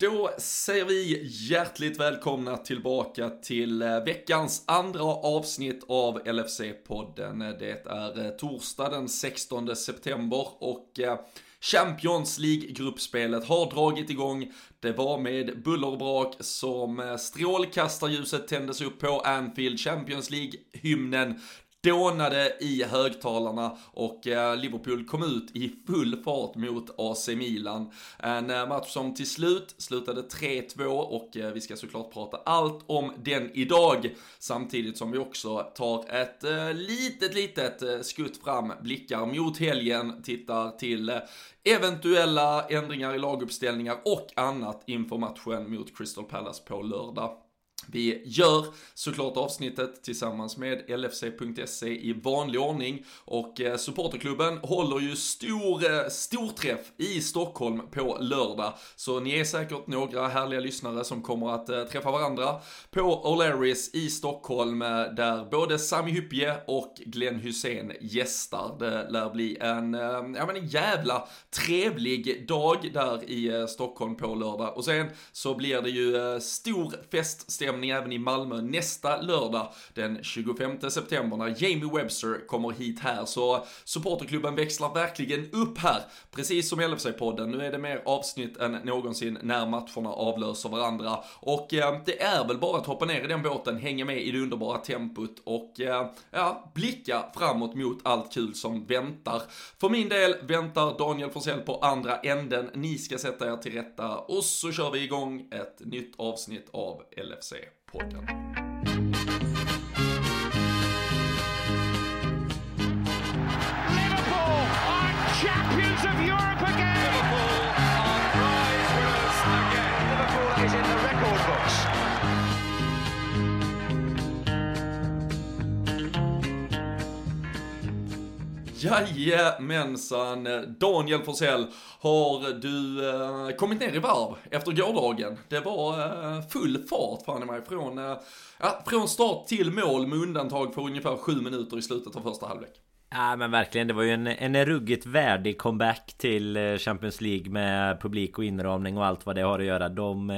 Då säger vi hjärtligt välkomna tillbaka till veckans andra avsnitt av LFC-podden. Det är torsdag den 16 september och Champions League-gruppspelet har dragit igång. Det var med buller och brak som strålkastarljuset tändes upp på Anfield. Champions League-hymnen dånade i högtalarna och Liverpool kom ut i full fart mot AC Milan. En match som till slut slutade 3-2 och vi ska såklart prata allt om den idag. Samtidigt som vi också tar ett litet skutt fram, blickar mot helgen, tittar till eventuella ändringar i laguppställningar och annat inför matchen mot Crystal Palace på lördag. Vi gör såklart avsnittet tillsammans med LFC.se i vanlig ordning och supporterklubben håller ju stor träff i Stockholm på lördag. Så ni är säkert några härliga lyssnare som kommer att träffa varandra på O'Larrys i Stockholm där både Sami Hyppie och Glenn Hussein gästar. Det lär bli en jävla trevlig dag där i Stockholm på lördag. Och sen så blir det ju stor feststämning även i Malmö nästa lördag den 25 september när Jamie Webster kommer hit här. Så supporterklubben växlar verkligen upp här, precis som LFC-podden. Nu är det mer avsnitt än någonsin när matcherna avlöser varandra och det är väl bara att hoppa ner i den båten, hänga med i det underbara tempot och blicka framåt mot allt kul som väntar. För min del väntar Daniel Forsell på andra änden. Ni ska sätta er till rätta och så kör vi igång ett nytt avsnitt av LFC-podden. Liverpool are champions of Europe again. Liverpool are prize winners again. Liverpool is in the record books. Jajamensan, Daniel Forsell, har du kommit ner i varv efter gårdagen? Det var full fart fan i mig från start till mål med undantag för ungefär 7 minuter i slutet av första halvlek. Ja men verkligen, det var ju en ruggigt värdig comeback till Champions League med publik och inramning och allt vad det har att göra.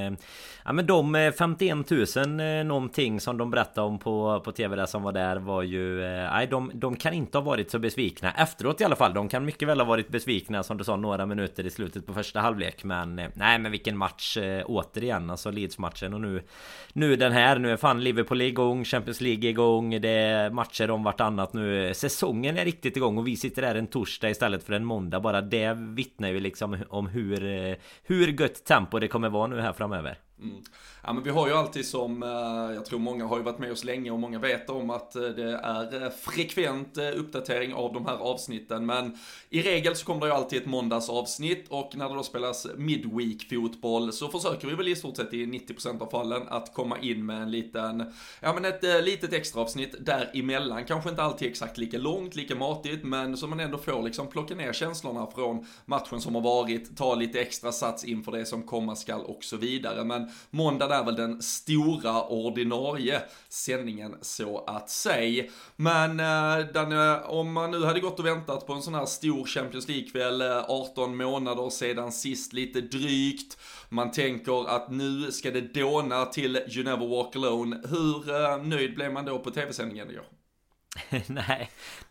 De 51 000 någonting som de berättade om på tv där som var där var ju, de kan inte ha varit så besvikna efteråt i alla fall. De kan mycket väl ha varit besvikna som du sa några minuter i slutet på första halvlek, men vilken match återigen, alltså Leeds-matchen och nu den här, nu är fan Liverpool igång, Champions League igång, det är matcher om vartannat nu, säsongen är riktigt igång och vi sitter där en torsdag istället för en måndag. Bara det vittnar ju liksom om hur gött tempo det kommer vara nu här framöver. Ja, men vi har ju alltid som, jag tror många har ju varit med oss länge och många vet om att det är frekvent uppdatering av de här avsnitten, men i regel så kommer det ju alltid ett måndagsavsnitt och när det då spelas midweek fotboll så försöker vi väl i stort sett i 90% av fallen att komma in med en ett litet extra avsnitt däremellan, kanske inte alltid exakt lika långt, lika matigt, men så man ändå får liksom plocka ner känslorna från matchen som har varit, ta lite extra sats inför det som komma skall och så vidare. Men måndag är väl den stora ordinarie sändningen så att säga. Men om man nu hade gått och väntat på en sån här stor Champions League-kväll 18 månader sedan sist lite drygt, man tänker att nu ska det dåna till You Never Walk Alone. Hur nöjd blev man då på tv-sändningen igår? Nej,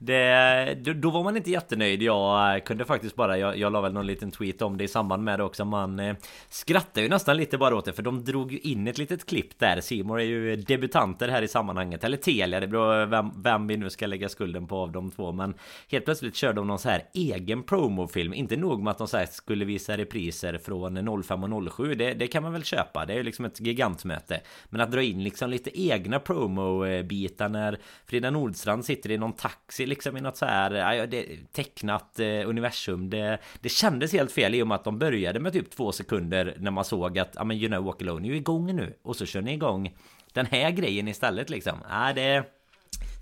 då var man inte jättenöjd. Jag kunde faktiskt bara, jag la väl någon liten tweet om det i samband med det också. Man skrattar ju nästan lite bara åt det, för de drog ju in ett litet klipp där. C More är ju debutanter här i sammanhanget, eller Telia, det beror vem vi nu ska lägga skulden på av de två. Men helt plötsligt körde de någon så här egen promofilm. Inte nog med att de så här skulle visa repriser från 05 och 07, det kan man väl köpa, det är ju liksom ett gigantmöte. Men att dra in liksom lite egna promo-bitar när Frida Nordstrand sitter i någon taxi liksom i något så här tecknat universum, det kändes helt fel i och med att de började med typ 2 sekunder när man såg att You Know Walk Alone är ju igång nu och så kör ni igång den här grejen istället liksom. Det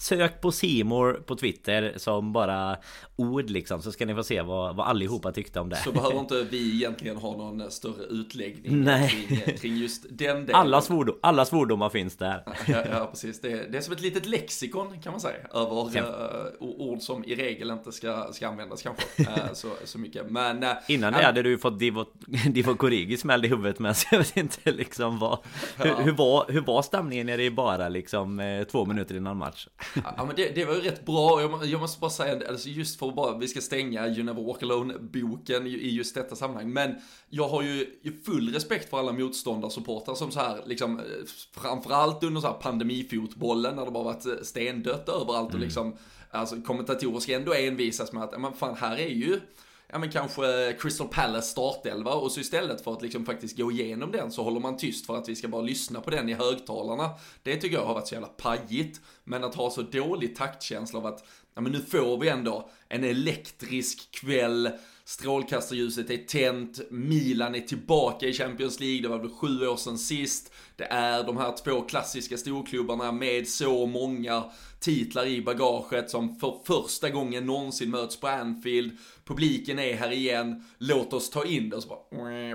Sök på Seymour på Twitter som bara ord liksom, så ska ni få se vad allihopa tyckte om det. Så behöver inte vi egentligen ha någon större utläggning kring just den delen. Alla svordomar finns där. Ja, precis. Det är som ett litet lexikon kan man säga över ord som i regel inte ska användas kanske så mycket. Men innan det hade du fått Divock Origi smälld i huvudet med, så jag vet inte liksom hur var stämningen nere i bara liksom 2 minuter innan match? Ja, men det var ju rätt bra. Jag måste bara säga, alltså just för bara vi ska stänga You Never Walk Alone-boken i just detta sammanhang. Men jag har ju full respekt för alla motståndarsupportrar som så här, liksom, framförallt under så här pandemifotbollen när det bara varit stendött överallt och liksom, alltså kommentatorer ska ändå envisas med att, men fan, här är ju kanske Crystal Palace startelva, och så istället för att liksom faktiskt gå igenom den så håller man tyst för att vi ska bara lyssna på den i högtalarna. Det tycker jag har varit så jävla pajigt, men att ha så dålig taktkänsla av att men nu får vi ändå en elektrisk kväll, strålkastarljuset är tänt, Milan är tillbaka i Champions League, det var väl 7 år sedan sist, det är de här 2 klassiska storklubbarna med så många titlar i bagaget som för första gången någonsin möts på Anfield, publiken är här igen, låt oss ta in det, och så bara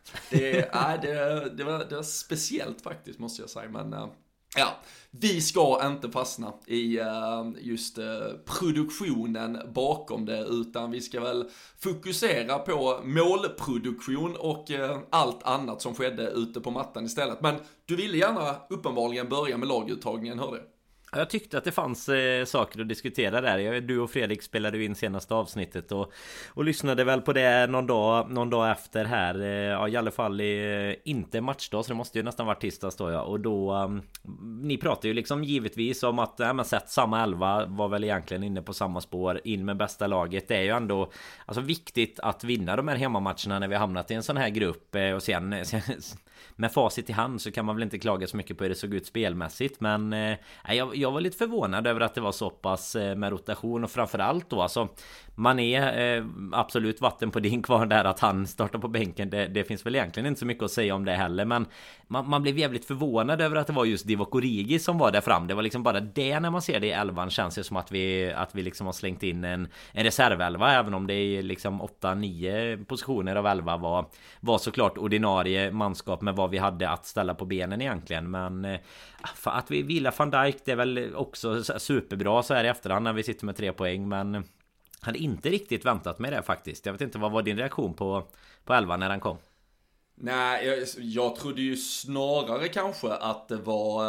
det var speciellt faktiskt, måste jag säga. Men ja, vi ska inte fastna i just produktionen bakom det, utan vi ska väl fokusera på målproduktion och allt annat som skedde ute på mattan istället. Men du ville gärna uppenbarligen börja med laguttagningen, hörde. Jag tyckte att det fanns saker att diskutera där. Du och Fredrik spelade in senaste avsnittet och lyssnade väl på det någon dag efter här. Ja, i alla fall inte matchdag, så det måste ju nästan vara tisdags då, ja. Och då, ni pratade ju liksom givetvis om att man sett samma 11, var väl egentligen inne på samma spår, in med bästa laget. Det är ju ändå alltså viktigt att vinna de här hemmamatcherna när vi har hamnat i en sån här grupp, och sen med facit i hand så kan man väl inte klaga så mycket på hur det såg ut spelmässigt, men jag var lite förvånad över att det var så pass med rotation, och framförallt då alltså man är absolut vatten på din kvar där att han startar på bänken. Det finns väl egentligen inte så mycket att säga om det heller, men man blev jävligt förvånad över att det var just Divock Origi som var där fram. Det var liksom bara det, när man ser det i 11 känns det som att vi liksom har slängt in en reservelva, även om det är liksom 8-9 positioner av 11 var såklart ordinarie manskap med vad vi hade att ställa på benen egentligen. Men för att vi vilar Van Dijk, det är väl också superbra så här i efterhand när vi sitter med 3 poäng, men hade inte riktigt väntat mig det faktiskt. Jag vet inte, vad var din reaktion på 11 när den kom? Nej, jag trodde ju snarare kanske att det var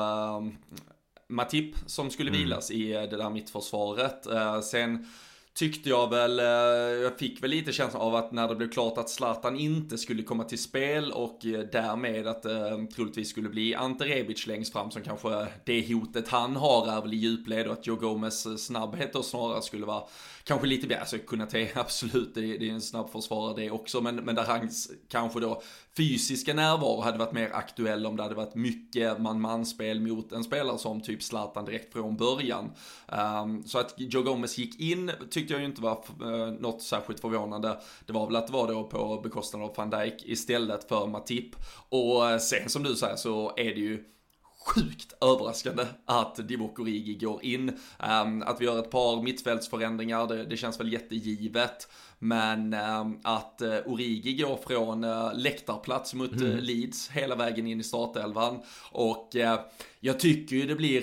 Matip som skulle vilas i det där mittförsvaret. Sen tyckte jag väl, jag fick väl lite känslan av att när det blev klart att Zlatan inte skulle komma till spel och därmed att troligtvis skulle bli Ante Rebic längst fram, som kanske det hotet han har är väl i djupled, och att Joe Gomez snabbhet och snarare skulle vara kanske lite mer, alltså kunna ta absolut, det är en snabb försvarare det också, men där hans kanske då fysiska närvaro hade varit mer aktuell om det hade varit mycket man-man-spel mot en spelare som typ Zlatan direkt från början. Så att Joe Gomez gick in tyckte jag ju inte var något särskilt förvånande. Det var väl att det var då på bekostnad av Van Dijk istället för Matip. Och sen som du säger så är det ju sjukt överraskande att Divock Origi går in. Att vi gör ett par mittfältsförändringar, det känns väl jättegivet. Men att Origi går från läktarplats mot Leeds hela vägen in i startelvan. Och jag tycker ju det blir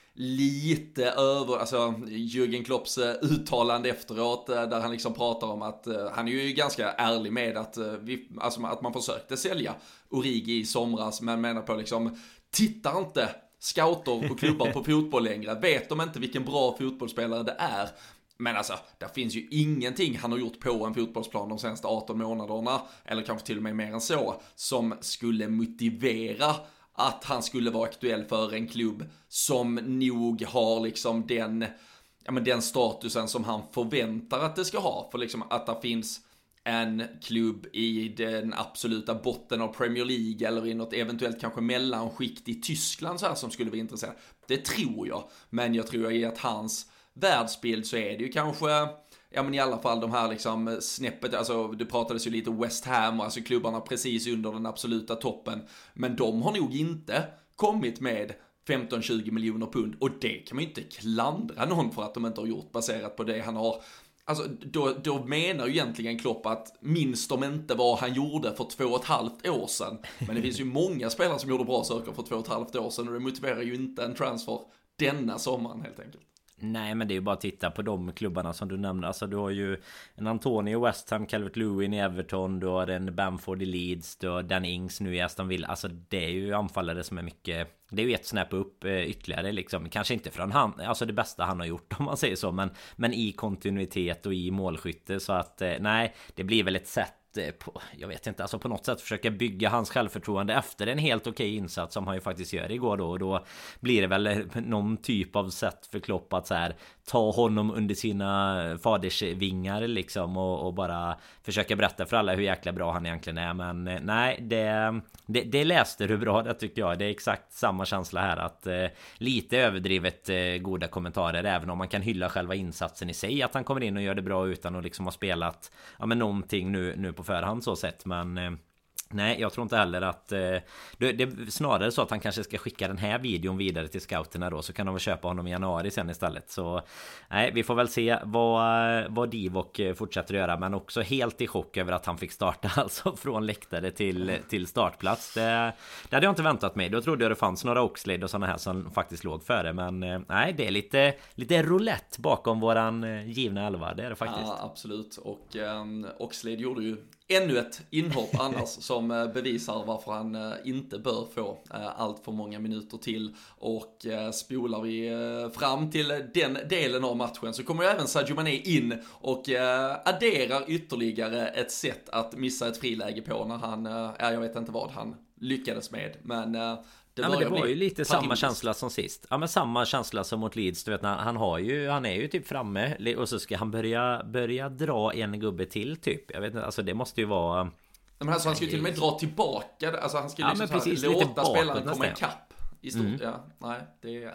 lite över, alltså Jürgen Klopps uttalande efteråt där han liksom pratar om att han är ju ganska ärlig med att att man försökte sälja Origi i somras, men menar på liksom, tittar inte scouter och klubbar på fotboll längre, vet de inte vilken bra fotbollsspelare det är. Men alltså, där finns ju ingenting han har gjort på en fotbollsplan de senaste 18 månaderna, eller kanske till och med mer än så, som skulle motivera att han skulle vara aktuell för en klubb som nog har liksom den statusen som han förväntar att det ska ha. För liksom att det finns en klubb i den absoluta botten av Premier League eller i något eventuellt kanske mellanskikt i Tyskland så här som skulle vara intressant. Det tror jag. Men jag tror i att hans världsbild så är det ju kanske, ja men i alla fall de här liksom snäppet, alltså det pratades ju lite West Ham, alltså klubbarna precis under den absoluta toppen, men de har nog inte kommit med 15-20 miljoner pund, och det kan man ju inte klandra någon för att de inte har gjort baserat på det han har. Alltså då menar ju egentligen Klopp att minns de inte vad han gjorde för 2,5 år sedan. Men det finns ju många spelare som gjorde bra saker för 2,5 år sedan, och det motiverar ju inte en transfer denna sommaren helt enkelt. Nej, men det är ju bara att titta på de klubbarna som du nämnde. Alltså du har ju en Antonio i West Ham, Calvert-Lewin i Everton, du har en Bamford i Leeds, du har Dan Ings nu i Aston Villa. Alltså det är ju anfallare som är mycket... Det är ju ett snäpp upp ytterligare liksom. Kanske inte från han, alltså det bästa han har gjort om man säger så, men i kontinuitet och i målskytte. Så att nej, det blir väl ett sätt jag vet inte, alltså på något sätt försöka bygga hans självförtroende efter en helt okej insats som han ju faktiskt gör igår då. Och då blir det väl någon typ av sätt för Klopp att så här, ta honom under sina fadersvingar liksom, och bara försöka berätta för alla hur jäkla bra han egentligen är. Men nej, det läste du bra, det tycker jag. Det är exakt samma känsla här, att lite överdrivet goda kommentarer, även om man kan hylla själva insatsen i sig, att han kommer in och gör det bra utan att liksom ha spelat någonting nu på förhand så sett. Men nej, jag tror inte heller att det är snarare så att han kanske ska skicka den här videon vidare till scouterna då, så kan de väl köpa honom i januari sen istället. Så nej, vi får väl se vad Divock fortsätter göra, men också helt i chock över att han fick starta alltså från läktare till startplats. Det hade jag inte väntat mig. Då trodde jag det fanns några Oxlade och sådana här som faktiskt låg före, men nej, det är lite roulette bakom våran givna elva, det är det faktiskt. Ja, absolut. Och Oxlade gjorde ju ännu ett inhopp annars som bevisar varför han inte bör få allt för många minuter till. Och spolar vi fram till den delen av matchen så kommer ju även Sadio Mané in och adderar ytterligare ett sätt att missa ett friläge på när han, jag vet inte vad han lyckades med, men det var ju lite samma känsla som sist. Ja, men samma känsla som mot Leeds. Du vet, han är ju typ framme och så ska han börja dra en gubbe till typ. Jag vet inte, alltså det måste ju vara... Men alltså, han skulle till och med dra tillbaka. Alltså han skulle liksom låta spelaren komma ikapp i stort. Ja, nej, det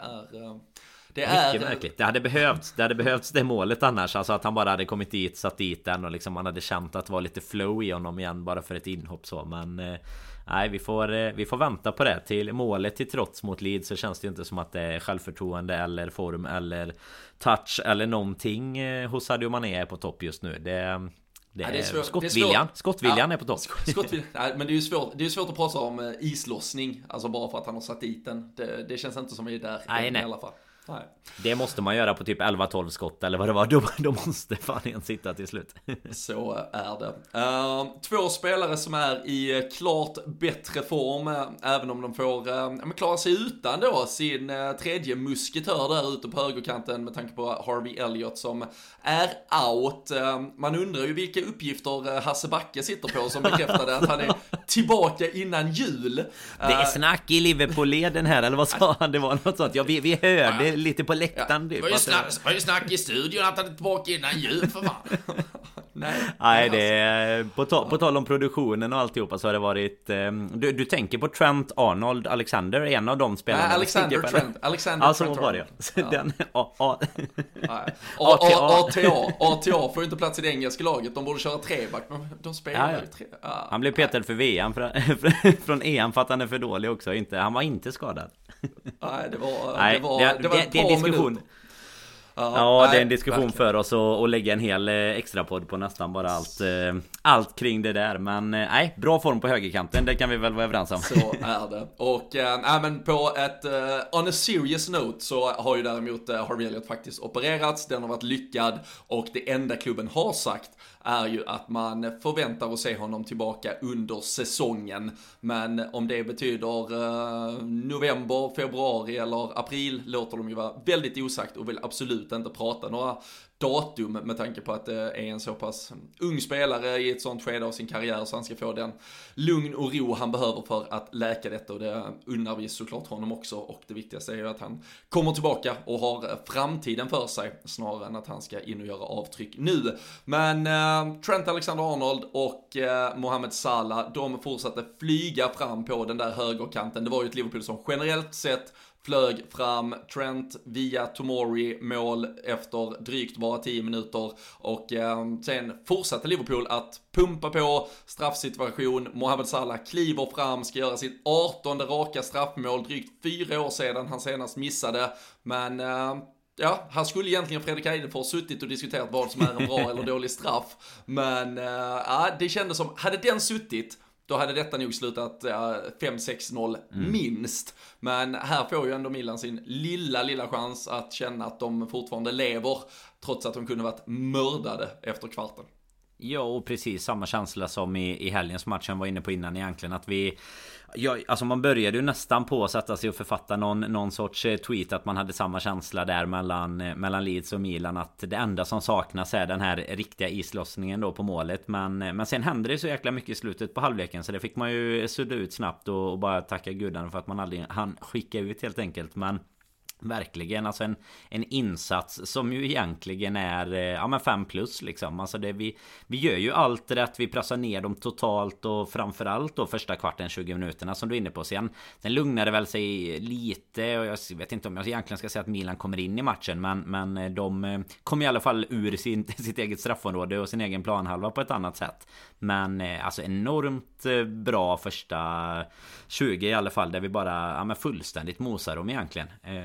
är mycket märkligt. Det hade behövts det målet annars. Alltså att han bara hade kommit dit, satt dit den och liksom man hade känt att det var lite flow i honom igen bara för ett inhopp så. Men nej, vi får vänta på det. Till målet till trots mot Leeds så känns det ju inte som att det är självförtroende eller form eller touch eller någonting hos Sadio Mané är på topp just nu. Det är skottviljan är på topp. Nej, men det är ju svårt att prata om islossning, alltså bara för att han har satt dit den. Det känns inte som att vi är där nej. I alla fall. Nej. Det måste man göra på typ 11-12 skott eller vad det var. Då måste fan igen sitta till slut. Så är det. Två spelare som är i klart bättre form, även om de får klara sig utan då sin tredje musketör där ute på högerkanten med tanke på Harvey Elliott som är out. Man undrar ju vilka uppgifter Hasse Backe sitter på som bekräftade att han är tillbaka innan jul. Det är snack i Liverpool-leden här, eller vad sa han? Det var något sånt. Ja, vi hörde lite på läktaren. Det var ju snack i studion att han är tillbaka innan jul, för fan. Nej, det är på tal om produktionen och alltihopa så har det varit du tänker på Trent Arnold Alexander, en av de spelarna. Nej, Alexander Trent. Alltså var det. Den ATA får ju inte plats i det engelska laget. De borde köra treback, men de spelar ju tre. Han blev petad för VM från EM för att han är för dålig också. Han var inte skadad. Nej, det var en diskussion. Ja, det är en diskussion verkligen. För oss att lägga en hel extra podd på nästan bara allt kring det där. Men nej, bra form på högerkanten, det kan vi väl vara överens om. Så är det. Och men på ett on a serious note så har ju däremot Harvey Elliott faktiskt opererats. Den har varit lyckad och det enda klubben har sagt är ju att man förväntar att se honom tillbaka under säsongen. Men om det betyder november, februari eller april låter de ju vara väldigt osagt och vill absolut inte prata några datum med tanke på att det är en så pass ung spelare i ett sånt skede av sin karriär så han ska få den lugn och ro han behöver för att läka detta, och det unnar vi såklart honom också. Och det viktigaste är ju att han kommer tillbaka och har framtiden för sig snarare än att han ska in och göra avtryck nu. Men Trent Alexander-Arnold och Mohamed Salah, de fortsatte flyga fram på den där högerkanten. Det var ju ett Liverpool som generellt sett flög fram. Trent via Tomori, mål efter drygt bara 10 minuter. Och sen fortsatte Liverpool att pumpa på, straffsituation. Mohamed Salah kliver fram, ska göra sitt 18:e raka straffmål, drygt 4 år sedan han senast missade. Men ja, här skulle egentligen Fredrik Eidefors suttit och diskuterat vad som är en bra eller dålig straff. Men det kändes som, hade den suttit, då hade detta nog slutat 5-6-0 minst. Men här får ju ändå Milan sin lilla chans att känna att de fortfarande lever, trots att de kunde varit mördade efter kvarten. Ja, och precis samma känsla som i helgens matchen var inne på innan egentligen, att alltså man började ju nästan på att sätta sig och författa någon sorts tweet att man hade samma känsla där mellan Leeds och Milan, att det enda som saknas är den här riktiga islossningen då på målet. Men sen hände det så jäkla mycket i slutet på halvleken, så det fick man ju sudda ut snabbt och bara tacka gudarna för att man aldrig hann skicka ut helt enkelt. Men verkligen, alltså en insats som ju egentligen är 5+ liksom. Alltså vi gör ju allt rätt, vi pressar ner dem totalt, och framförallt då första kvarten, 20 minuterna som du är inne på. Sen lugnade väl sig lite, och jag vet inte om jag egentligen ska säga att Milan kommer in i matchen, men de kom i alla fall ur sitt eget straffområde och sin egen planhalva på ett annat sätt. Men alltså enormt bra första 20 i alla fall, där vi bara fullständigt mosar dem egentligen.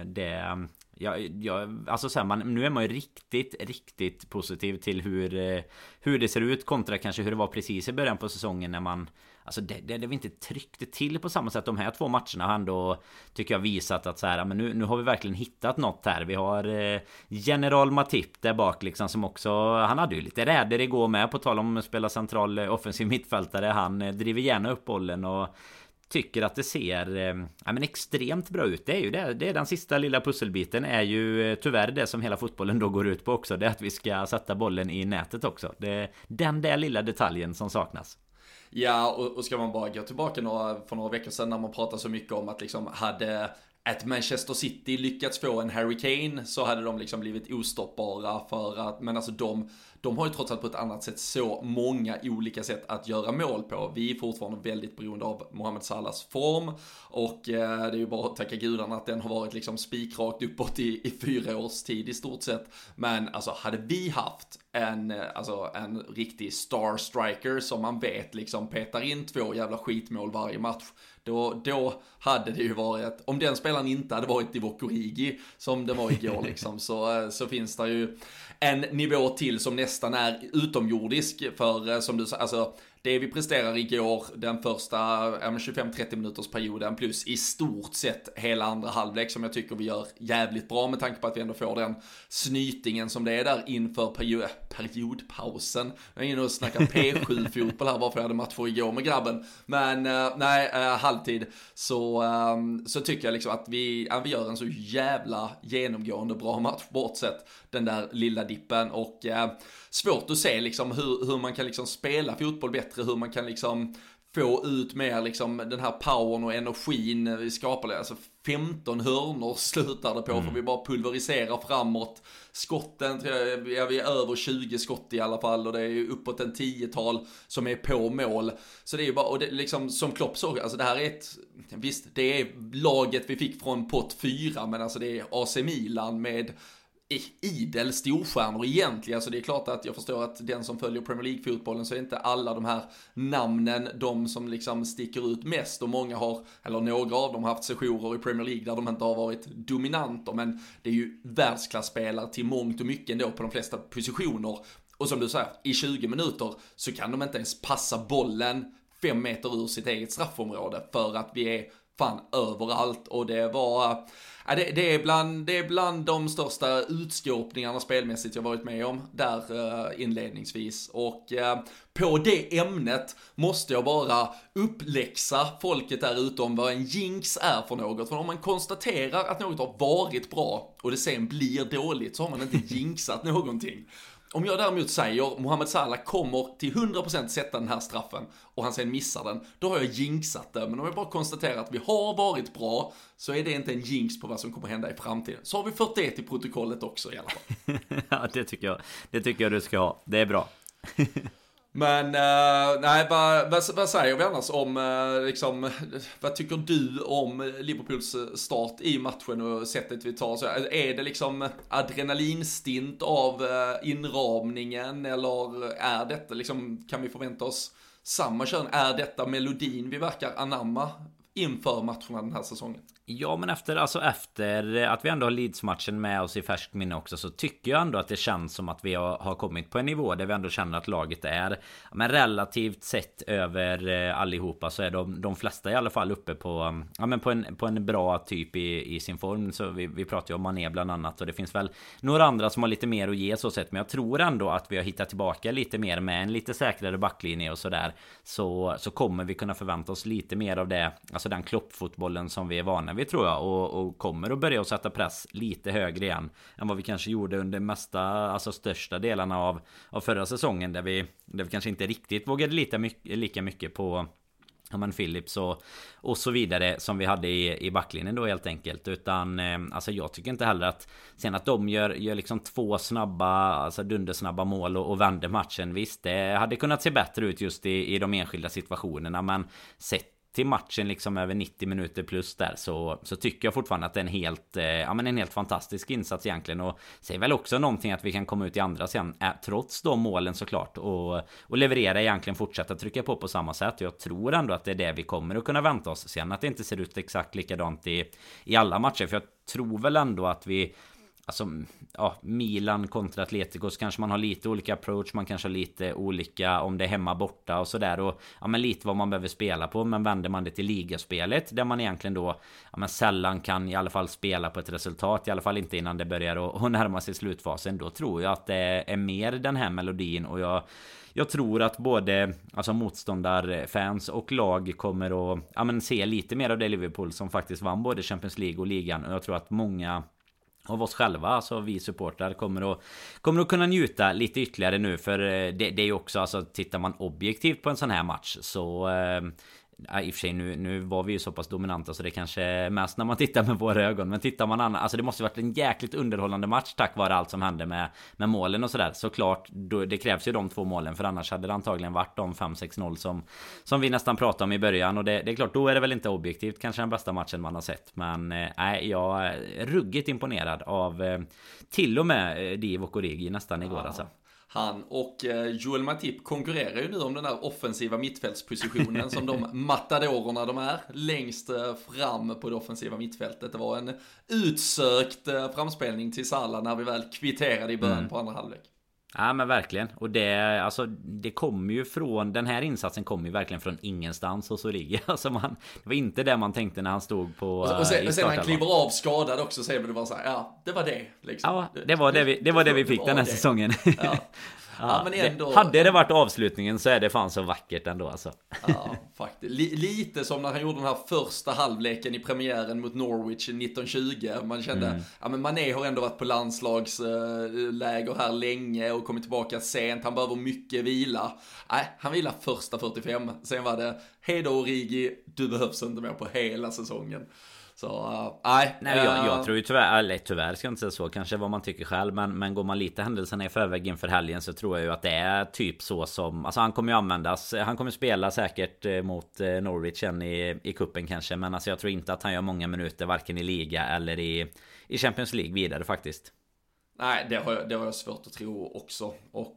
Alltså så här, nu är man ju riktigt positiv till hur det ser ut kontra kanske hur det var precis i början på säsongen, när man, alltså det vi inte tryckte till på samma sätt. De här 2 matcherna har ändå, tycker jag, visat att så här, men nu har vi verkligen hittat något här. Vi har General Matip där bak liksom, som också, han hade ju lite räder igår med, på tal om att spela central offensiv mittfältare. Han driver gärna upp bollen och tycker att det ser extremt bra ut. Det är den sista lilla pusselbiten, är ju tyvärr det som hela fotbollen då går ut på också. Det är att vi ska sätta bollen i nätet också. Det är den där lilla detaljen som saknas. Ja, och ska man bara gå tillbaka för några veckor sedan, när man pratade så mycket om att liksom, hade ett Manchester City lyckats få en Harry Kane, så hade de liksom blivit ostoppbara, för att, men alltså de har ju trots allt på ett annat sätt så många olika sätt att göra mål på. Vi är fortfarande väldigt beroende av Mohamed Salahs form, och det är ju bara att tacka gudarna att den har varit liksom spikrakt uppåt i 4 års tid i stort sett. Men alltså, hade vi haft en riktig star striker som man vet liksom petar in 2 jävla skitmål varje match, då hade det ju varit, om den spelaren inte hade varit Divock Origi som det var igår liksom, så finns det ju en nivå till som nästan är utomjordisk. För som du sa, alltså det vi presterar igår, den första 25-30 minuters perioden, plus i stort sett hela andra halvlek, som jag tycker vi gör jävligt bra, med tanke på att vi ändå får den snytingen som det är där inför periodpausen. Jag är inne och snackar P7-fotboll här, bara för jag hade matcher igår med grabben. Men halvtid så tycker jag liksom att vi gör en så jävla genomgående bra match, bortsett den där lilla dippen. Och svårt att se liksom hur man kan liksom spela fotboll bättre, hur man kan liksom få ut mer liksom den här powern och energin vi skapar. Alltså 15 hörnor slutar det på, för vi bara pulveriserar framåt. Skotten, vi är över 20 skott i alla fall, och det är ju uppåt en 10-tal som är på mål. Så det är ju bara, och det liksom, som Klopp såg, alltså det här är visst, det är laget vi fick från pott 4, men alltså det är AC Milan med idel storstjärnor egentligen. Så det är klart att jag förstår att den som följer Premier League-fotbollen, så är inte alla de här namnen de som liksom sticker ut mest, och många har, eller några av dem har haft sessioner i Premier League där de inte har varit dominanter, men det är ju världsklasspelare till mångt och mycket ändå på de flesta positioner. Och som du säger, i 20 minuter så kan de inte ens passa bollen 5 meter ur sitt eget straffområde, för att vi är fan överallt. Och det var det är bland de största utskåpningarna spelmässigt jag varit med om där inledningsvis. Och på det ämnet måste jag bara uppläxa folket där ute om vad en jinx är för något. För om man konstaterar att något har varit bra och det sen blir dåligt, så har man inte jinxat någonting. Om jag däremot säger Mohamed Salah kommer till 100% sätta den här straffen och han sen missar den, då har jag jinxat det. Men om jag bara konstaterar att vi har varit bra, så är det inte en jinx på vad som kommer hända i framtiden. Så har vi fått det till protokollet också i alla fall. Ja, det tycker jag du ska ha. Det är bra. Men nej, vad säger vi annars om liksom, vad tycker du om Liverpools start i matchen och sättet vi tar? Så är det liksom adrenalinstint av inramningen, eller är detta liksom, kan vi förvänta oss samma kön? Är detta melodin vi verkar anamma inför matcherna den här säsongen? Ja, men efter att vi ändå har Leeds-matchen med oss i färskt minne också, så tycker jag ändå att det känns som att vi har kommit på en nivå där vi ändå känner att laget är, men relativt sett över allihopa, så är de flesta i alla fall uppe på, ja, men på en bra typ i sin form. Så vi pratar ju om Mané bland annat, och det finns väl några andra som har lite mer att ge så sett, men jag tror ändå att vi har hittat tillbaka lite mer med en lite säkrare backlinje och sådär, så kommer vi kunna förvänta oss lite mer av det, alltså den kloppfotbollen som vi är vana vid, tror jag, och kommer att börja att sätta press lite högre igen än vad vi kanske gjorde under mesta, alltså största delarna av förra säsongen, där vi kanske inte riktigt vågade lika mycket på, ja, men Phillips och så vidare som vi hade i backlinjen då, helt enkelt. Utan alltså jag tycker inte heller att sen att de gör liksom 2 snabba, alltså dundersnabba mål och vänder matchen. Visst, det hade kunnat se bättre ut just i de enskilda situationerna, men sett till matchen liksom över 90 minuter plus där, så tycker jag fortfarande att det är en helt fantastisk insats egentligen, och säger väl också någonting att vi kan komma ut i andra sen trots de målen såklart, och leverera, egentligen fortsätta trycka på samma sätt. Jag tror ändå att det är det vi kommer att kunna vänta oss sen, att det inte ser ut exakt likadant i alla matcher, för jag tror väl ändå att vi, alltså, ja, Milan kontra Atletico, så kanske man har lite olika approach, man kanske har lite olika om det är hemma borta och sådär, och ja, men lite vad man behöver spela på. Men vänder man det till ligaspelet, där man egentligen då, ja, men sällan kan i alla fall spela på ett resultat, i alla fall inte innan det börjar att närma sig slutfasen, då tror jag att det är mer den här melodin, och jag tror att både, alltså, motståndarfans och lag kommer att, ja, men se lite mer av det Liverpool som faktiskt vann både Champions League och ligan, och jag tror att många av oss själva, alltså vi supportrar, kommer att kunna njuta lite ytterligare nu, för det är ju också, alltså, tittar man objektivt på en sån här match, så i och för sig nu var vi ju så pass dominanta, så det kanske är mest när man tittar med våra ögon, men tittar man annars, alltså det måste varit en jäkligt underhållande match tack vare allt som hände med målen och sådär. Såklart, det krävs ju de 2 målen, för annars hade det antagligen varit de 5-6-0 som vi nästan pratade om i början, och det är klart, då är det väl inte objektivt kanske den bästa matchen man har sett, men jag är ruggigt imponerad av till och med Divock Origi nästan igår, alltså. Han och Joel Matip konkurrerar ju nu om den där offensiva mittfältspositionen som de matadorerna de är, längst fram på det offensiva mittfältet. Det var en utsökt framspelning till Salah när vi väl kvitterade i början på andra halvlek. Ja, men verkligen. Och det kommer ju från, den här insatsen kommer ju verkligen från ingenstans hos Origi. Alltså det var inte det man tänkte när han stod på och sen han kliver av skadad också, säger vi det bara så här, ja, det var det liksom. Ja, det var det vi fick den här säsongen. Ja. Ja, men ändå, hade det varit avslutningen, så är det fan så vackert ändå, alltså. Ja, faktiskt. Lite som när han gjorde den här första halvleken i premiären mot Norwich 1920. Man kände, ja, men Mané har ändå varit på landslagsläger här länge och kommit tillbaka sent. Han behöver mycket vila. Nej, han vilar första 45. Sen var det, hej då Origi, du behövs inte mer på hela säsongen. Så, nej, jag tror ju tyvärr ska jag inte säga så, kanske vad man tycker själv, men går man lite händelserna i förväg inför helgen, så tror jag ju att det är typ så som, alltså han kommer ju användas, han kommer spela säkert mot Norwich i kuppen kanske, men alltså jag tror inte att han gör många minuter varken i liga eller i Champions League vidare faktiskt. Nej, det har jag svårt att tro också. Och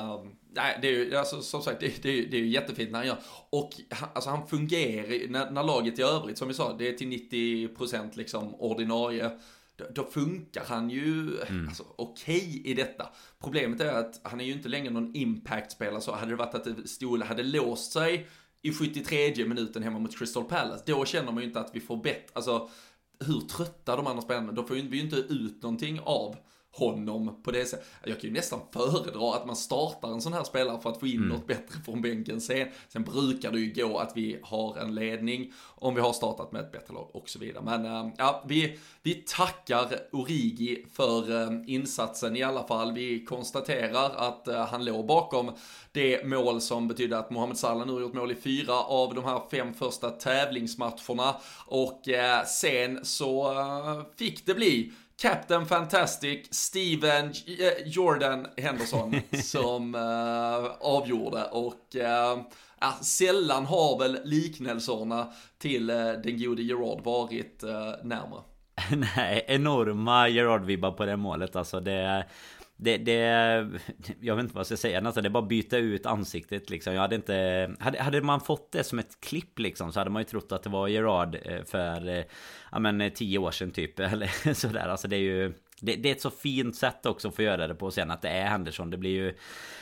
nej, det är ju, alltså, som sagt, det är ju jättefint när han gör. Och alltså, han fungerar när laget i övrigt, som vi sa, det är till 90% liksom ordinarie. Då funkar han ju alltså, okej i detta. Problemet är att han är ju inte längre någon impact-spelare. Så hade det varit att det hade låst sig i 73 minuten hemma mot Crystal Palace, då känner man ju inte att vi får bett. Alltså, hur trötta de andra spelarna, då får vi ju inte ut någonting av honom på det sättet. Jag kan ju nästan föredra att man startar en sån här spelare för att få in något bättre från bänken sen brukar det ju gå att vi har en ledning om vi har startat med ett bättre lag och så vidare. Men ja, vi tackar Origi för insatsen i alla fall. Vi konstaterar att han låg bakom det mål som betyder att Mohamed Salah nu har gjort mål i 4 av de här 5 första tävlingsmatcherna, och sen så fick det bli Captain Fantastic Steven Jordan Henderson som avgjorde. Och sällan har väl liknelserna till den gode Gerard varit närmare. Nej, enorma Gerard-vibbar på det målet. Alltså det jag vet inte vad jag ska säga, alltså det är bara byta ut ansiktet liksom. Jag hade inte hade man fått det som ett klipp liksom, så hade man ju trott att det var Gerard för 10 år sedan typ eller sådär. Alltså det är ju det är ett så fint sätt också att få göra det på, sen att det är Henderson. Det blir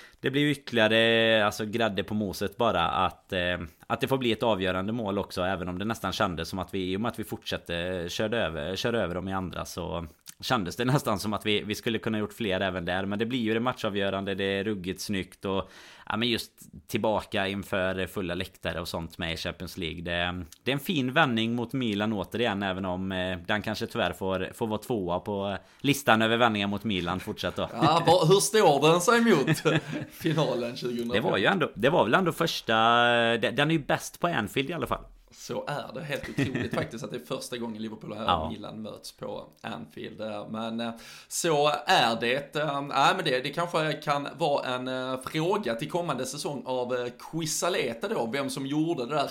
ju ytterligare alltså grädde på moset bara att det får bli ett avgörande mål också, även om det nästan kändes som att vi, i och med att vi fortsätter köra över dem i andra, så kändes det nästan som att vi skulle kunna gjort fler även där. Men det blir ju det matchavgörande, det är ruggigt snyggt och men just tillbaka inför fulla läktare och sånt med i Champions League. Det är en fin vändning mot Milan återigen, även om den kanske tyvärr får vara tvåa på listan över vändningar mot Milan fortsatt då. Ja, hur står den sig mot finalen 2005? Det var väl ändå första, den är ju bäst på Anfield i alla fall. Så är det helt otroligt faktiskt att det är första gången Liverpool och Milan möts på Anfield. Men så är det. Men det kanske kan vara en fråga till kommande säsong av Quizaleta då. Vem som gjorde det där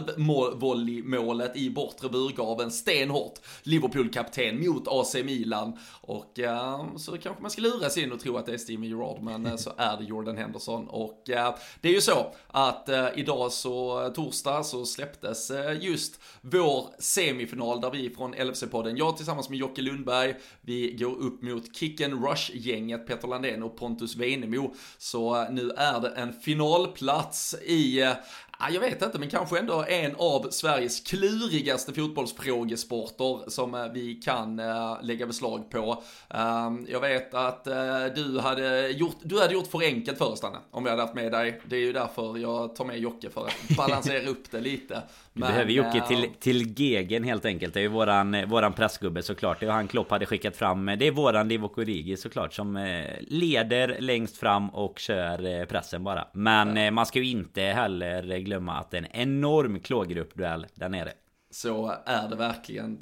halvvolleymålet i bortre burgaven stenhårt. Liverpool-kapten mot AC Milan. Och så kanske man ska lura sig in och tro att det är Steven Gerrard. Men så är det Jordan Henderson. Och det är ju så att idag så torsdag så släpptes just vår semifinal där vi från LFC-podden, jag tillsammans med Jocke Lundberg, vi går upp mot Kick and Rush-gänget Petter Landén och Pontus Wenemo. Så nu är det en finalplats i jag vet inte, men kanske ändå en av Sveriges klurigaste fotbollsfrågesporter som vi kan lägga beslag på. Jag vet att du hade gjort för enkelt för oss, Stanne, om vi hade haft med dig. Det är ju därför jag tar med Jocke, för att balansera upp det lite. Men, behöver Jocke till Gegen helt enkelt. Det är ju våran pressgubbe såklart. Det är han Klopp hade skickat fram. Det är våran Divock Origi såklart som leder längst fram och kör pressen bara. Men man ska ju inte heller glömma att det är en enorm klågruppduell där nere. Så är det verkligen.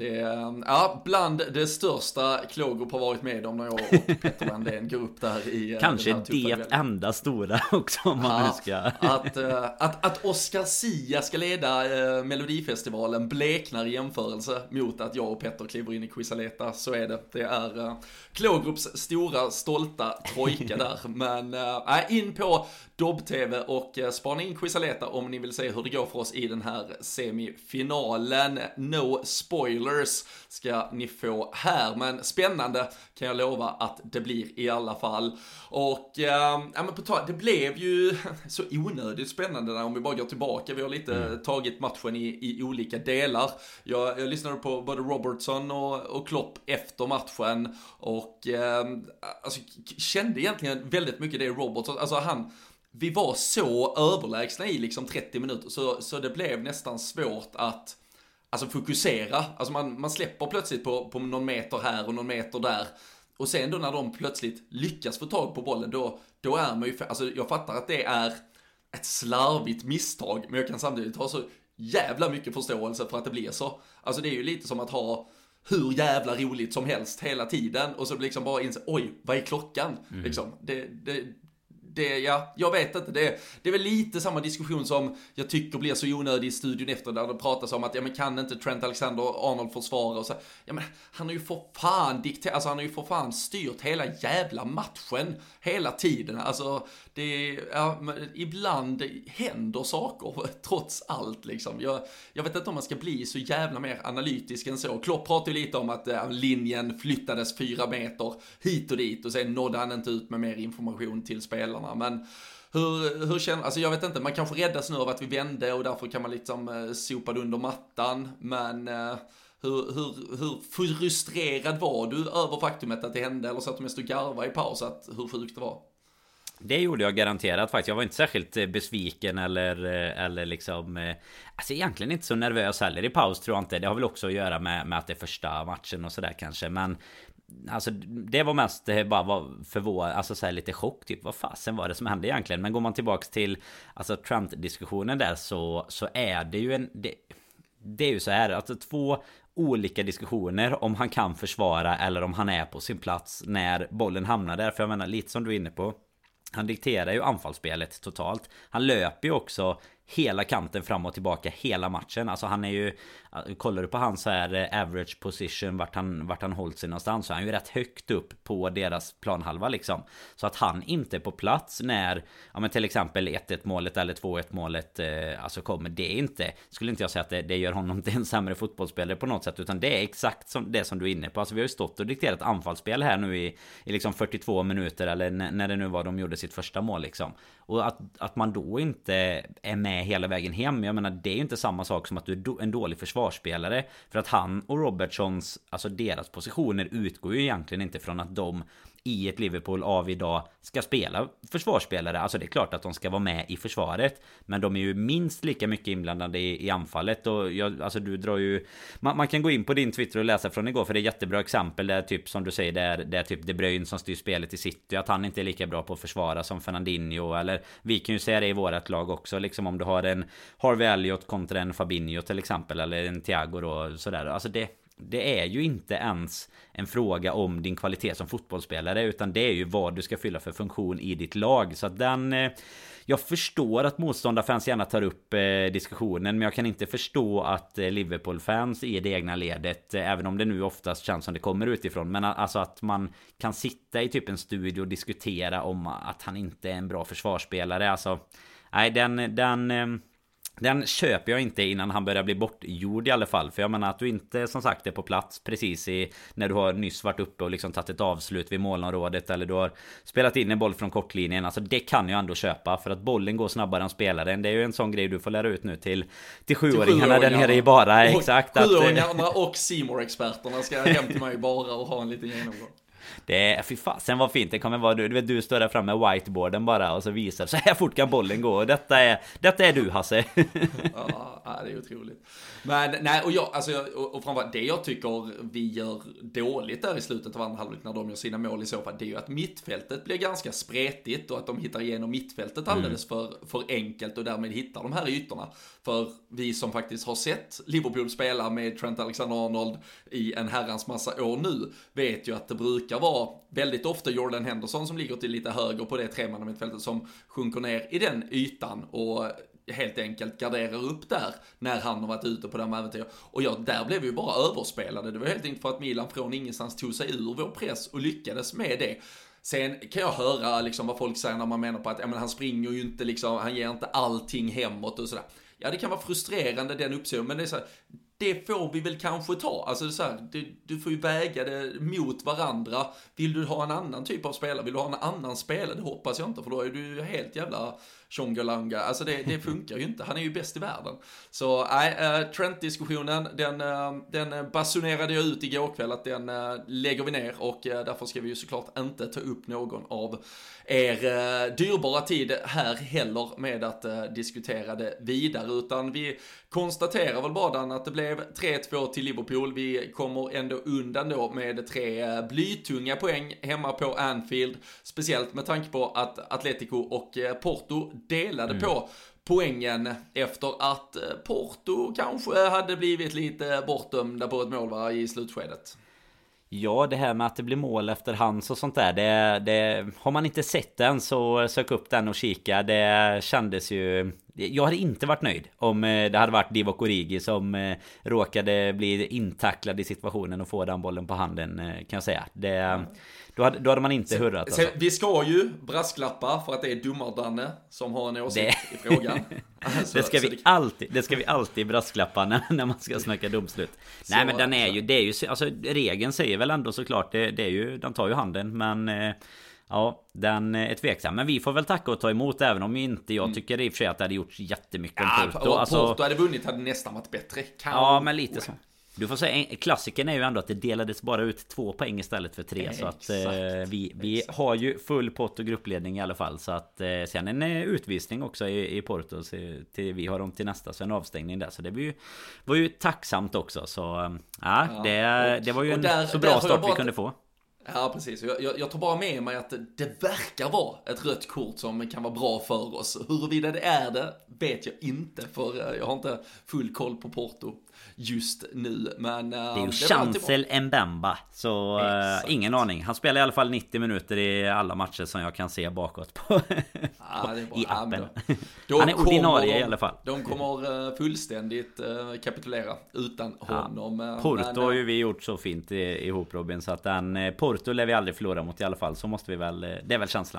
Bland det största klågrupp har varit med om när jag och Petter Landén går upp där i kanske det enda stora också, om man ska. Att Oscar Sia ska leda Melodifestivalen bleknar i jämförelse mot att jag och Petter kliver in i Quizaleta. Så är det. Det är klågrupps stora stolta trojka där. Men in på Dobb-TV och spana in Quizaleta om ni vill se hur det går för oss i den här semifinalen. No spoilers ska ni få här, men spännande kan jag lova att det blir i alla fall. Och det blev ju så onödigt spännande där, om vi bara går tillbaka. Vi har lite tagit matchen i olika delar. Jag lyssnade på både Robertson och Klopp efter matchen och kände egentligen väldigt mycket det Robertson, vi var så överlägsna i liksom 30 minuter så det blev nästan svårt att fokusera. Man släpper plötsligt på någon meter här och någon meter där. Och sen då när de plötsligt lyckas få tag på bollen, då är man ju... jag fattar att det är ett slarvigt misstag, men jag kan samtidigt ha så jävla mycket förståelse för att det blir så. Det är ju lite som att ha hur jävla roligt som helst hela tiden och så liksom bara inse, oj, vad är klockan? Liksom, jag vet inte, det är väl lite samma diskussion som jag tycker blir så onödig i studion efter, där det pratas om att kan inte Trent Alexander-Arnold försvara och så. Han har ju för fan han har ju för fan styrt hela jävla matchen hela tiden. Ibland händer saker trots allt liksom. Jag vet inte om man ska bli så jävla mer analytisk än så. Klopp pratar ju lite om att linjen flyttades 4 meter hit och dit och sen nådde han inte ut med mer information till spelarna. Men hur känner, jag vet inte, man kanske räddas nu av att vi vände och därför kan man liksom sopa det under mattan, men hur frustrerad var du över faktumet att det hände, eller så att du mest garva i paus att hur sjukt det var? Det gjorde jag garanterat faktiskt. Jag var inte särskilt besviken eller liksom egentligen inte så nervös heller i paus, tror jag inte. Det har väl också att göra med att det är första matchen och sådär kanske, men det var mest bara förvånad, lite chock typ, vad fasen var det som hände egentligen? Men går man tillbaks till Trent-diskussionen där så är det ju det är ju så här att 2 olika diskussioner om han kan försvara eller om han är på sin plats när bollen hamnar där. För jag menar, lite som du är inne på, han dikterar ju anfallsspelet totalt. Han löper ju också hela kanten fram och tillbaka hela matchen. Alltså han är ju, kollar du på hans så här average position, vart han hållit sig någonstans, så är han ju rätt högt upp på deras planhalva liksom. Så att han inte är på plats när, ja men till exempel 1-1 målet eller 2-1 målet alltså kommer, det är inte, skulle inte jag säga att det gör honom till en sämre fotbollsspelare på något sätt, utan det är exakt som det som du är inne på. Alltså vi har ju stått och dikterat anfallsspel här nu i liksom 42 minuter eller när det nu var de gjorde sitt första mål liksom. Och att man då inte är med hela vägen hem, jag menar, det är ju inte samma sak som att du är en dålig försvarsspelare. För att han och Robertsons, alltså deras positioner utgår ju egentligen inte från att de i ett Liverpool av idag ska spela försvarsspelare. Alltså det är klart att de ska vara med i försvaret, men de är ju minst lika mycket inblandade i anfallet. Och alltså du drar ju, man kan gå in på din Twitter och läsa från igår, för det är jättebra exempel där, typ som du säger, det är typ De Bruyne som styr spelet i City, att han inte är lika bra på att försvara som Fernandinho, eller vi kan ju säga det i vårat lag också liksom, om du har en Harvey Elliott kontra en Fabinho till exempel, eller en Thiago då, sådär. Alltså det är ju inte ens en fråga om din kvalitet som fotbollsspelare, utan det är ju vad du ska fylla för funktion i ditt lag. Så att jag förstår att motståndarfans gärna tar upp diskussionen, men jag kan inte förstå att Liverpool-fans i det egna ledet, även om det nu oftast känns som det kommer utifrån, men alltså att man kan sitta i typ en studio och diskutera om att han inte är en bra försvarsspelare. Alltså, nej, den köper jag inte innan han börjar bli bortgjord i alla fall. För jag menar att du inte som sagt är på plats precis när du har nyss varit uppe och liksom tagit ett avslut vid målområdet, eller du har spelat in en boll från kortlinjen. Alltså det kan jag ändå köpa, för att bollen går snabbare än spelaren. Det är ju en sån grej du får lära ut nu till sjuåringarna där nere i bara. Exakt. Sjuåringarna och Seymour-experterna ska hem till mig bara och ha en liten genomgång. Det är, fy fan, sen var fint. Det kommer vara du står där framme med whiteboarden bara och så visar så här fort kan bollen gå. Och detta är du, Hasse. Ja, det är otroligt. Men nej, och framförallt det jag tycker vi gör dåligt där i slutet av andra halvlek när de gör sina mål i så fall, det är ju att mittfältet blir ganska spretigt och att de hittar igenom mittfältet alldeles för enkelt och därmed hittar de här ytorna. För vi som faktiskt har sett Liverpool spela med Trent Alexander-Arnold i en herrans massa år nu vet ju att det brukar vara väldigt ofta Jordan Henderson som ligger till lite höger på det tremanna mittfältet som sjunker ner i den ytan och helt enkelt garderar upp där när han har varit ute på de äventyr. Och där blev vi ju bara överspelade. Det var helt enkelt för att Milan från ingenstans tog sig ur vår press och lyckades med det. Sen kan jag höra liksom vad folk säger när man menar på att han springer ju inte liksom, han ger inte allting hemåt och sådär. Ja, det kan vara frustrerande den uppsåten, men det är så här, det får vi väl kanske ta. Alltså det är så här, du får ju väga det mot varandra. Vill du ha en annan typ av spelare? Vill du ha en annan spelare? Det hoppas jag inte, för då är du helt jävla Tjongalanga. Alltså det funkar ju inte. Han är ju bäst i världen. Så Trent-diskussionen, den basunerade jag ut igår kväll att den lägger vi ner, och därför ska vi ju såklart inte ta upp någon av er dyrbara tid här heller med att diskutera det vidare, utan vi konstaterar väl bara att det blev 3-2 till Liverpool. Vi kommer ändå undan då med 3 blytunga poäng hemma på Anfield, speciellt med tanke på att Atletico och Porto delade på poängen efter att Porto kanske hade blivit lite bortdömda på ett mål i slutskedet. Ja, det här med att det blir mål efter hands och sånt där, det har man inte sett den, så sök upp den och kika. Det kändes ju... Jag hade inte varit nöjd om det hade varit Divock Origi som råkade bli intacklad i situationen och få den bollen på handen, kan jag säga. Då hade man inte hurrat. Alltså. Vi ska ju brasklappa för att det är Dummardanne som har en åsikt i frågan. Alltså, det ska vi alltid brasklappa när man ska snacka domslut. Nej, men det är ju alltså, regeln säger väl ändå såklart det är ju, den tar ju handen, men ja, den är tveksam. Men vi får väl tacka och ta emot, även om jag tycker i och för sig att det hade gjort jättemycket om Porto. Porto hade vunnit, hade nästan varit bättre. Ja, men lite så. Du får säga, klassiken är ju ändå att det delades bara ut 2 poäng istället för 3. Så att vi har ju full pott och gruppledning i alla fall. Så att sen en utvisning också i Porto vi har dem till nästa, så en avstängning där. Så det var ju tacksamt också. Så det var ju en så bra start vi kunde få. Ja, precis. Jag tar bara med mig att det verkar vara ett rött kort som kan vara bra för oss. Huruvida det är det vet jag inte, för jag har inte full koll på Porto just nu. Men det är ju Chancel Mbemba, så ingen aning. Han spelar i alla fall 90 minuter i alla matcher som jag kan se bakåt på i appen. Han är ordinarie i alla fall. De kommer fullständigt kapitulera utan honom. Porto har ju vi gjort så fint ihop, Robin, så att Porto lär vi aldrig förlora mot i alla fall. Så måste vi väl, det är väl känslan.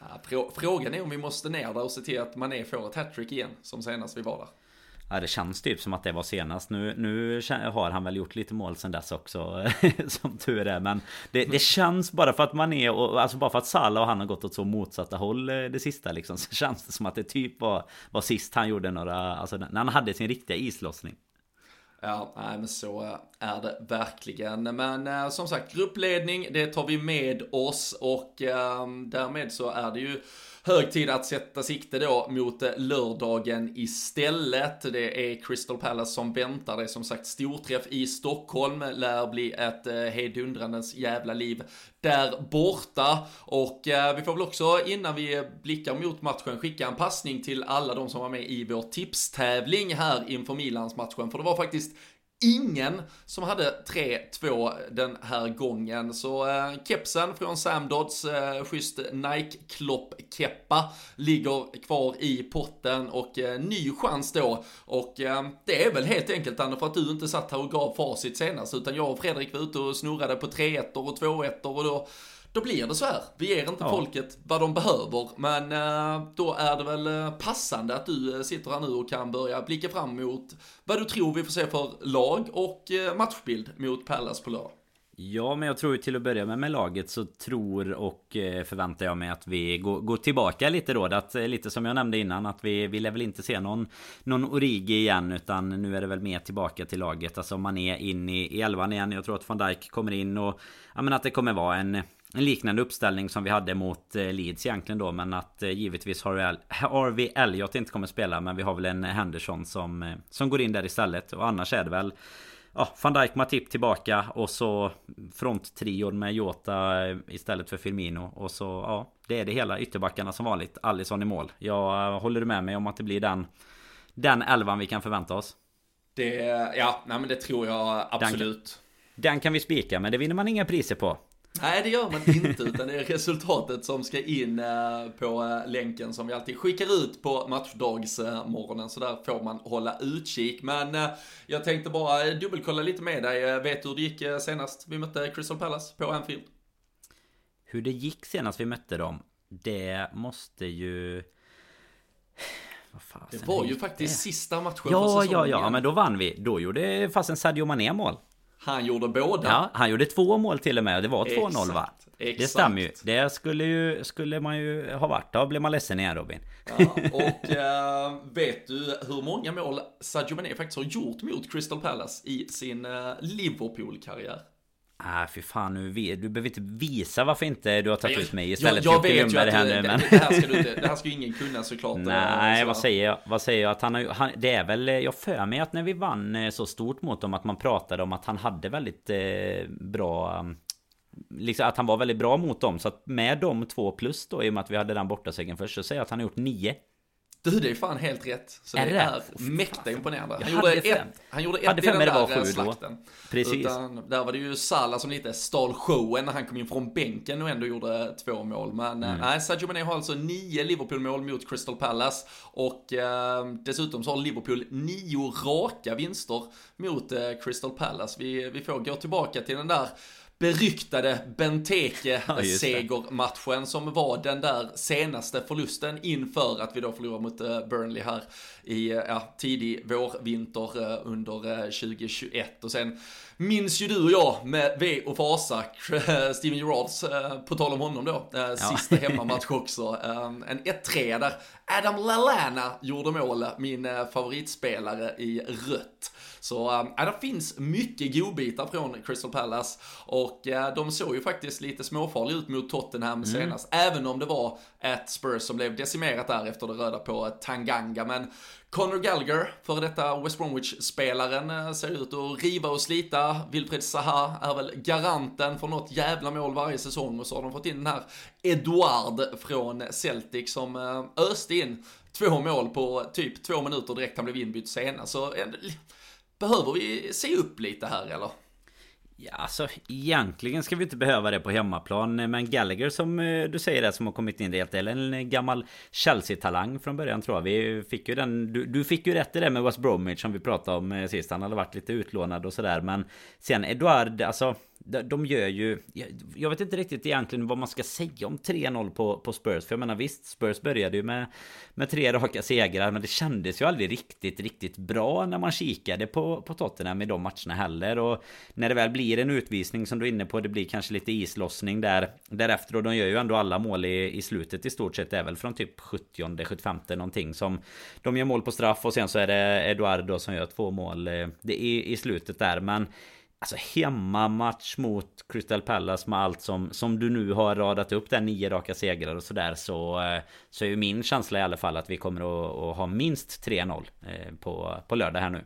Frågan är om vi måste ner där och se till att Mané får ett hattrick igen, som senast vi var där. Ja, det känns typ som att det var senast. Nu har han väl gjort lite mål sen dess också, som tur är. Men det känns bara för att man är, alltså bara för att Salah och han har gått åt så motsatta håll det sista liksom, så känns det som att det typ var sist han gjorde några, alltså när han hade sin riktiga islossning. Ja, nej, men så är det verkligen. Men som sagt, gruppledning, det tar vi med oss, och därmed så är det ju hög tid att sätta sikte då mot lördagen istället. Det är Crystal Palace som väntar. Det är som sagt storträff i Stockholm. Lär bli ett hedundrandes jävla liv där borta. Och vi får väl också, innan vi blickar mot matchen, skicka en passning till alla de som var med i vår tipstävling här inför Milans-matchen. För det var faktiskt ingen som hade 3-2 den här gången. Så kepsen från Sam Dodds, schysst Nike-klopp-keppa, ligger kvar i potten, och ny chans då. Och det är väl helt enkelt, Anna, för att du inte satt här och gav facit senast, utan jag och Fredrik var ute och snurrade på 3-1 och 2-1, och då blir det så här. Vi ger inte folket vad de behöver, men då är det väl passande att du sitter här nu och kan börja blicka fram mot vad du tror vi får se för lag och matchbild mot Palace på lördag. Ja, men jag tror till att börja med laget så tror och förväntar jag mig att vi går tillbaka lite då. Att, lite som jag nämnde innan, att vi lär väl inte se någon Origi igen, utan nu är det väl mer tillbaka till laget. Alltså man är in i 11 igen. Jag tror att Van Dijk kommer in, och ja, men att det kommer vara en liknande uppställning som vi hade mot Leeds egentligen då, men att givetvis Harvey Elliott inte kommer spela, men vi har väl en Henderson som går in där istället. Och annars är det väl Van Dijk, Matip tillbaka, och så fronttrion med Jota istället för Firmino, och så det är det hela, ytterbackarna som vanligt, Alisson i mål. Jag håller med mig om att det blir den 11 vi kan förvänta oss. Men det tror jag absolut. Den kan vi spika, men det vinner man inga priser på. Nej, det gör man inte, utan det är resultatet som ska in på länken som vi alltid skickar ut på matchdagsmorgonen, så där får man hålla utkik. Men jag tänkte bara dubbelkolla lite med dig. Vet du hur det gick senast vi mötte Crystal Palace på Anfield? Hur det gick senast vi mötte dem, det måste ju... Det var ju faktiskt sista matchen för säsongen. Ja, men då vann vi. Då gjorde fast en Sadio Mané mål. Han gjorde båda. Ja, han gjorde 2 mål till och med. Det var 2-0 va? Exakt. Det stämmer ju. Det skulle man ju ha varit. Då blir man ledsen igen, Robin. Ja, och vet du hur många mål Sadio Mané faktiskt har gjort mot Crystal Palace i sin Liverpool-karriär? Fy fan, du behöver inte visa varför inte du har tagit ut mig istället. Jag vet ju att det här ska ju ingen kunna såklart. Nej, vad säger jag att han det är väl, jag för mig att när vi vann så stort mot dem, att man pratade om att han hade väldigt bra, liksom att han var väldigt bra mot dem, så att med de 2 plus då, i och med att vi hade den bortasegern först, så säger jag att han har gjort 9. Du, det är fan helt rätt. Så det är mäkta imponerande. Han gjorde ett i den där slakten. Precis. Utan där var det ju Salah som lite stal showen när han kom in från bänken och ändå gjorde 2 mål. Men nej, Sadio Mané har alltså 9 Liverpool-mål mot Crystal Palace. Och dessutom så har Liverpool 9 raka vinster mot Crystal Palace. Vi får gå tillbaka till den där beryktade Benteke-segermatchen som var den där senaste förlusten inför att vi då förlorade mot Burnley här i tidig vårvinter under 2021. Och sen minns ju du och jag med V och fasa Steven Gerrards, på tal om honom då, sista hemmamatch också. En 1-3 där Adam Lallana gjorde mål, min favoritspelare i rött. Så det finns mycket godbitar från Crystal Palace och de såg ju faktiskt lite småfarliga ut mot Tottenham senast, även om det var ett Spurs som blev decimerat där efter det röda på Tanganga. Men Conor Gallagher, för detta West Bromwich-spelaren, ser ut att riva och slita. Wilfried Zaha är väl garanten för något jävla mål varje säsong, och så har de fått in den här Edouard från Celtic som öste in 2 mål på typ 2 minuter direkt han blev inbytt senast. Så behöver vi se upp lite här eller? Ja, alltså egentligen ska vi inte behöva det på hemmaplan. Men Gallagher, som du säger det, som har kommit in det, eller en gammal Chelsea-talang från början, tror jag. Vi fick ju den, du fick ju rätt i det med West Bromwich som vi pratade om sist. Han hade varit lite utlånad och sådär. Men sen Edouard, alltså de gör ju, jag vet inte riktigt egentligen vad man ska säga om 3-0 på Spurs. För jag menar visst, Spurs började ju med 3 raka segrar, men det kändes ju aldrig riktigt bra när man kikade på Tottenham i de matcherna heller. Och när det väl blir en utvisning som du är inne på, det blir kanske lite islossning därefter, och de gör ju ändå alla mål i slutet i stort sett. Det är väl från typ 70-75 någonting som de gör mål på straff, och sen så är det Eduardo som gör 2 mål i slutet där. Men alltså hemmamatch mot Crystal Palace med allt som du nu har radat upp där, 9 raka segrar och sådär, så är ju min känsla i alla fall att vi kommer att ha minst 3-0 på lördag här nu.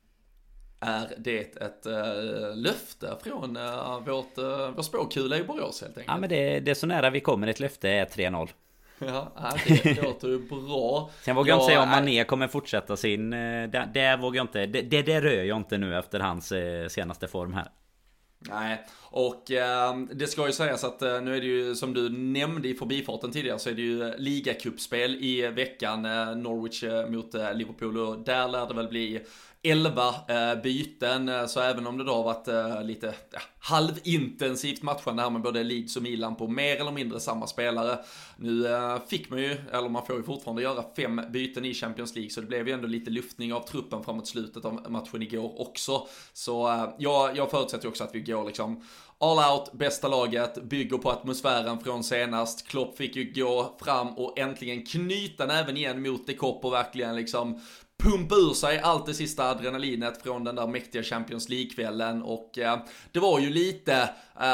Är det ett löfte från vår spåkula i Borås helt enkelt? Ja, men det är så nära vi kommer ett löfte är 3-0. Ja, det låter ju bra. Sen vågar jag inte säga om Mané kommer fortsätta sin. Det vågar jag inte. Det rör jag inte nu efter hans senaste form här. Nej, och det ska ju sägas att nu är det ju, som du nämnde i förbifarten tidigare, så är det ju ligacupspel i veckan, Norwich mot Liverpool, och där lär det väl bli 11 byten, så även om det då har varit lite halvintensivt matchande här med både Leeds och Milan på mer eller mindre samma spelare. Nu fick man ju, eller man får ju fortfarande göra 5 byten i Champions League, så det blev ju ändå lite luftning av truppen framåt slutet av matchen igår också. Så jag förutsätter också att vi går liksom all out, bästa laget, bygger på atmosfären från senast. Klopp fick ju gå fram och äntligen knyta näven igen mot The Kop och verkligen liksom pumpa ur sig allt det sista adrenalinet från den där mäktiga Champions League-kvällen. Och det var ju lite,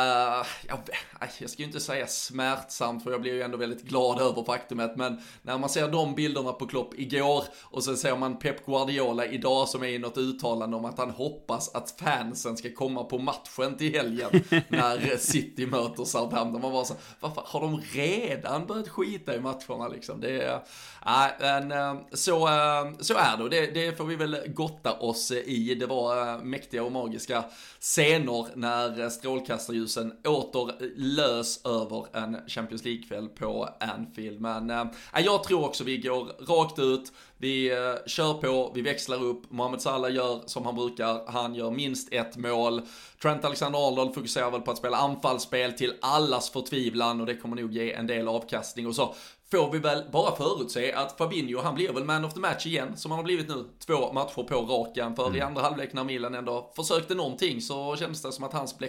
jag ska ju inte säga smärtsamt, för jag blev ju ändå väldigt glad över faktumet, men när man ser de bilderna på Klopp igår och så ser man Pep Guardiola idag som är i något uttalande om att han hoppas att fansen ska komma på matchen till helgen när City möter Southampton. Man var så, varför har de redan börjat skita i matcherna liksom? Det är, så är det. Det får vi väl gotta oss i. Det var mäktiga och magiska scener när strålkastarljusen åter lös över en Champions League-kväll på Anfield. Men jag tror också vi går rakt ut. Vi kör på, vi växlar upp. Mohamed Salah gör som han brukar. Han gör minst 1 mål. Trent Alexander-Arnold fokuserar väl på att spela anfallsspel till allas förtvivlan, och det kommer nog ge en del avkastning. Och så får vi väl bara förutse att Fabinho, han blir väl man of the match igen, som han har blivit nu 2 matcher på raken. För i andra halvlek när Milan ändå försökte någonting, så kändes det som att hans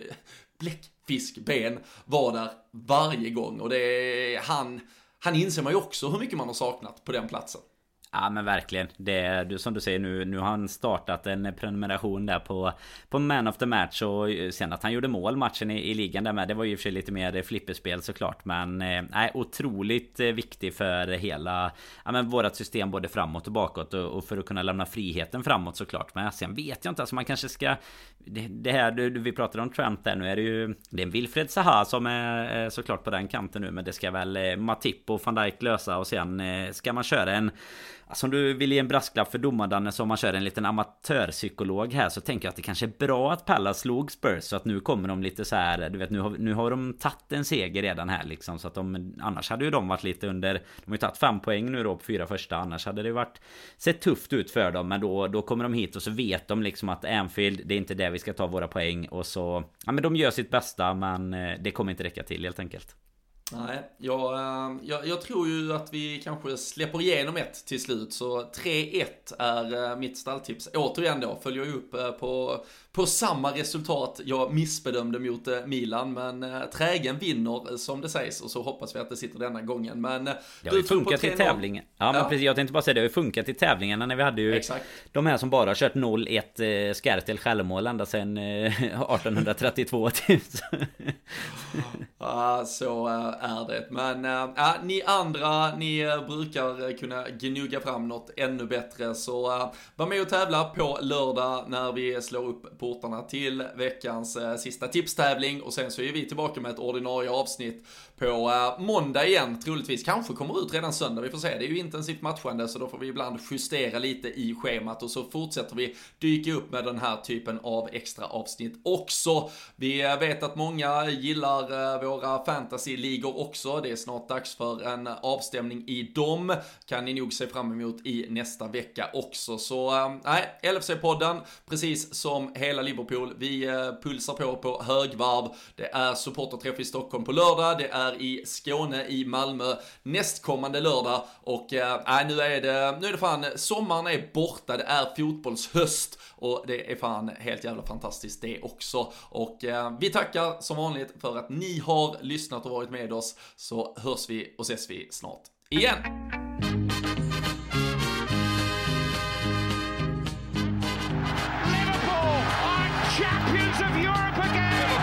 bläckfiskben var där varje gång. Och det är, han inser man ju också hur mycket man har saknat på den platsen. Ja, men verkligen. Det som du säger, nu har han startat en prenumeration där på Man of the Match, och sen att han gjorde målmatchen i ligan där med, det var ju i och för sig lite mer flipperspel såklart, men otroligt viktig för hela vårat system, både framåt och bakåt, och för att kunna lämna friheten framåt såklart. Men sen vet jag inte, alltså man kanske ska det här, vi pratade om Trent där, nu är det är en Wilfried Zaha som är såklart på den kanten nu, men det ska väl Matip och Van Dijk lösa, och sen ska man köra en, alltså om du vill ge en brasklapp för domardanne, så om man kör en liten amatörpsykolog här, så tänker jag att det kanske är bra att Palace slog Spurs, så att nu kommer de lite så här, du vet, nu har de tagit en seger redan här liksom, så att annars hade ju de varit lite under, de har ju tagit 5 poäng nu då på 4 första, annars hade det varit sett tufft ut för dem, men då kommer de hit och så vet de liksom att Anfield, det är inte där vi ska ta våra poäng, och så men de gör sitt bästa, men det kommer inte räcka till helt enkelt. Nej, jag tror ju att vi kanske släpper igenom ett till slut, så 3-1 är mitt stalltips. Återigen då följer jag upp på samma resultat jag missbedömde mot Milan, men trägen vinner som det sägs, och så hoppas vi att det sitter denna gången. Men det har ju funkat i tävlingen. Ja, men precis, jag tänkte bara säga det har ju funkat i tävlingarna när vi hade ju exakt. De här som bara kört 0-1 Skertel självmål ända sedan 1832 typ. Ja, så är det. Men ni andra, ni brukar kunna gnugga fram något ännu bättre, så var med och tävla på lördag när vi slår upp portarna till veckans sista tipstävling, och sen så är vi tillbaka med ett ordinarie avsnitt på måndag igen, troligtvis. Kanske kommer ut redan söndag, vi får se. Det är ju intensivt matchande, så då får vi ibland justera lite i schemat, och så fortsätter vi dyka upp med den här typen av extra avsnitt också. Vi vet att många gillar våra fantasy-ligor också. Det är snart dags för en avstämning i dem. Kan ni nog se fram emot i nästa vecka också. Så LFC-podden, precis som hela Liverpool, vi pulsar på högvarv. Det är supporterträff i Stockholm på lördag. Det är i Skåne, i Malmö nästkommande lördag. Och nu är det fan, sommaren är borta. Det är fotbollshöst. Och det är fan helt jävla fantastiskt det också. Och vi tackar som vanligt för att ni har lyssnat och varit med oss. Så hörs vi och ses vi snart igen. Liverpool are champions of Europe again.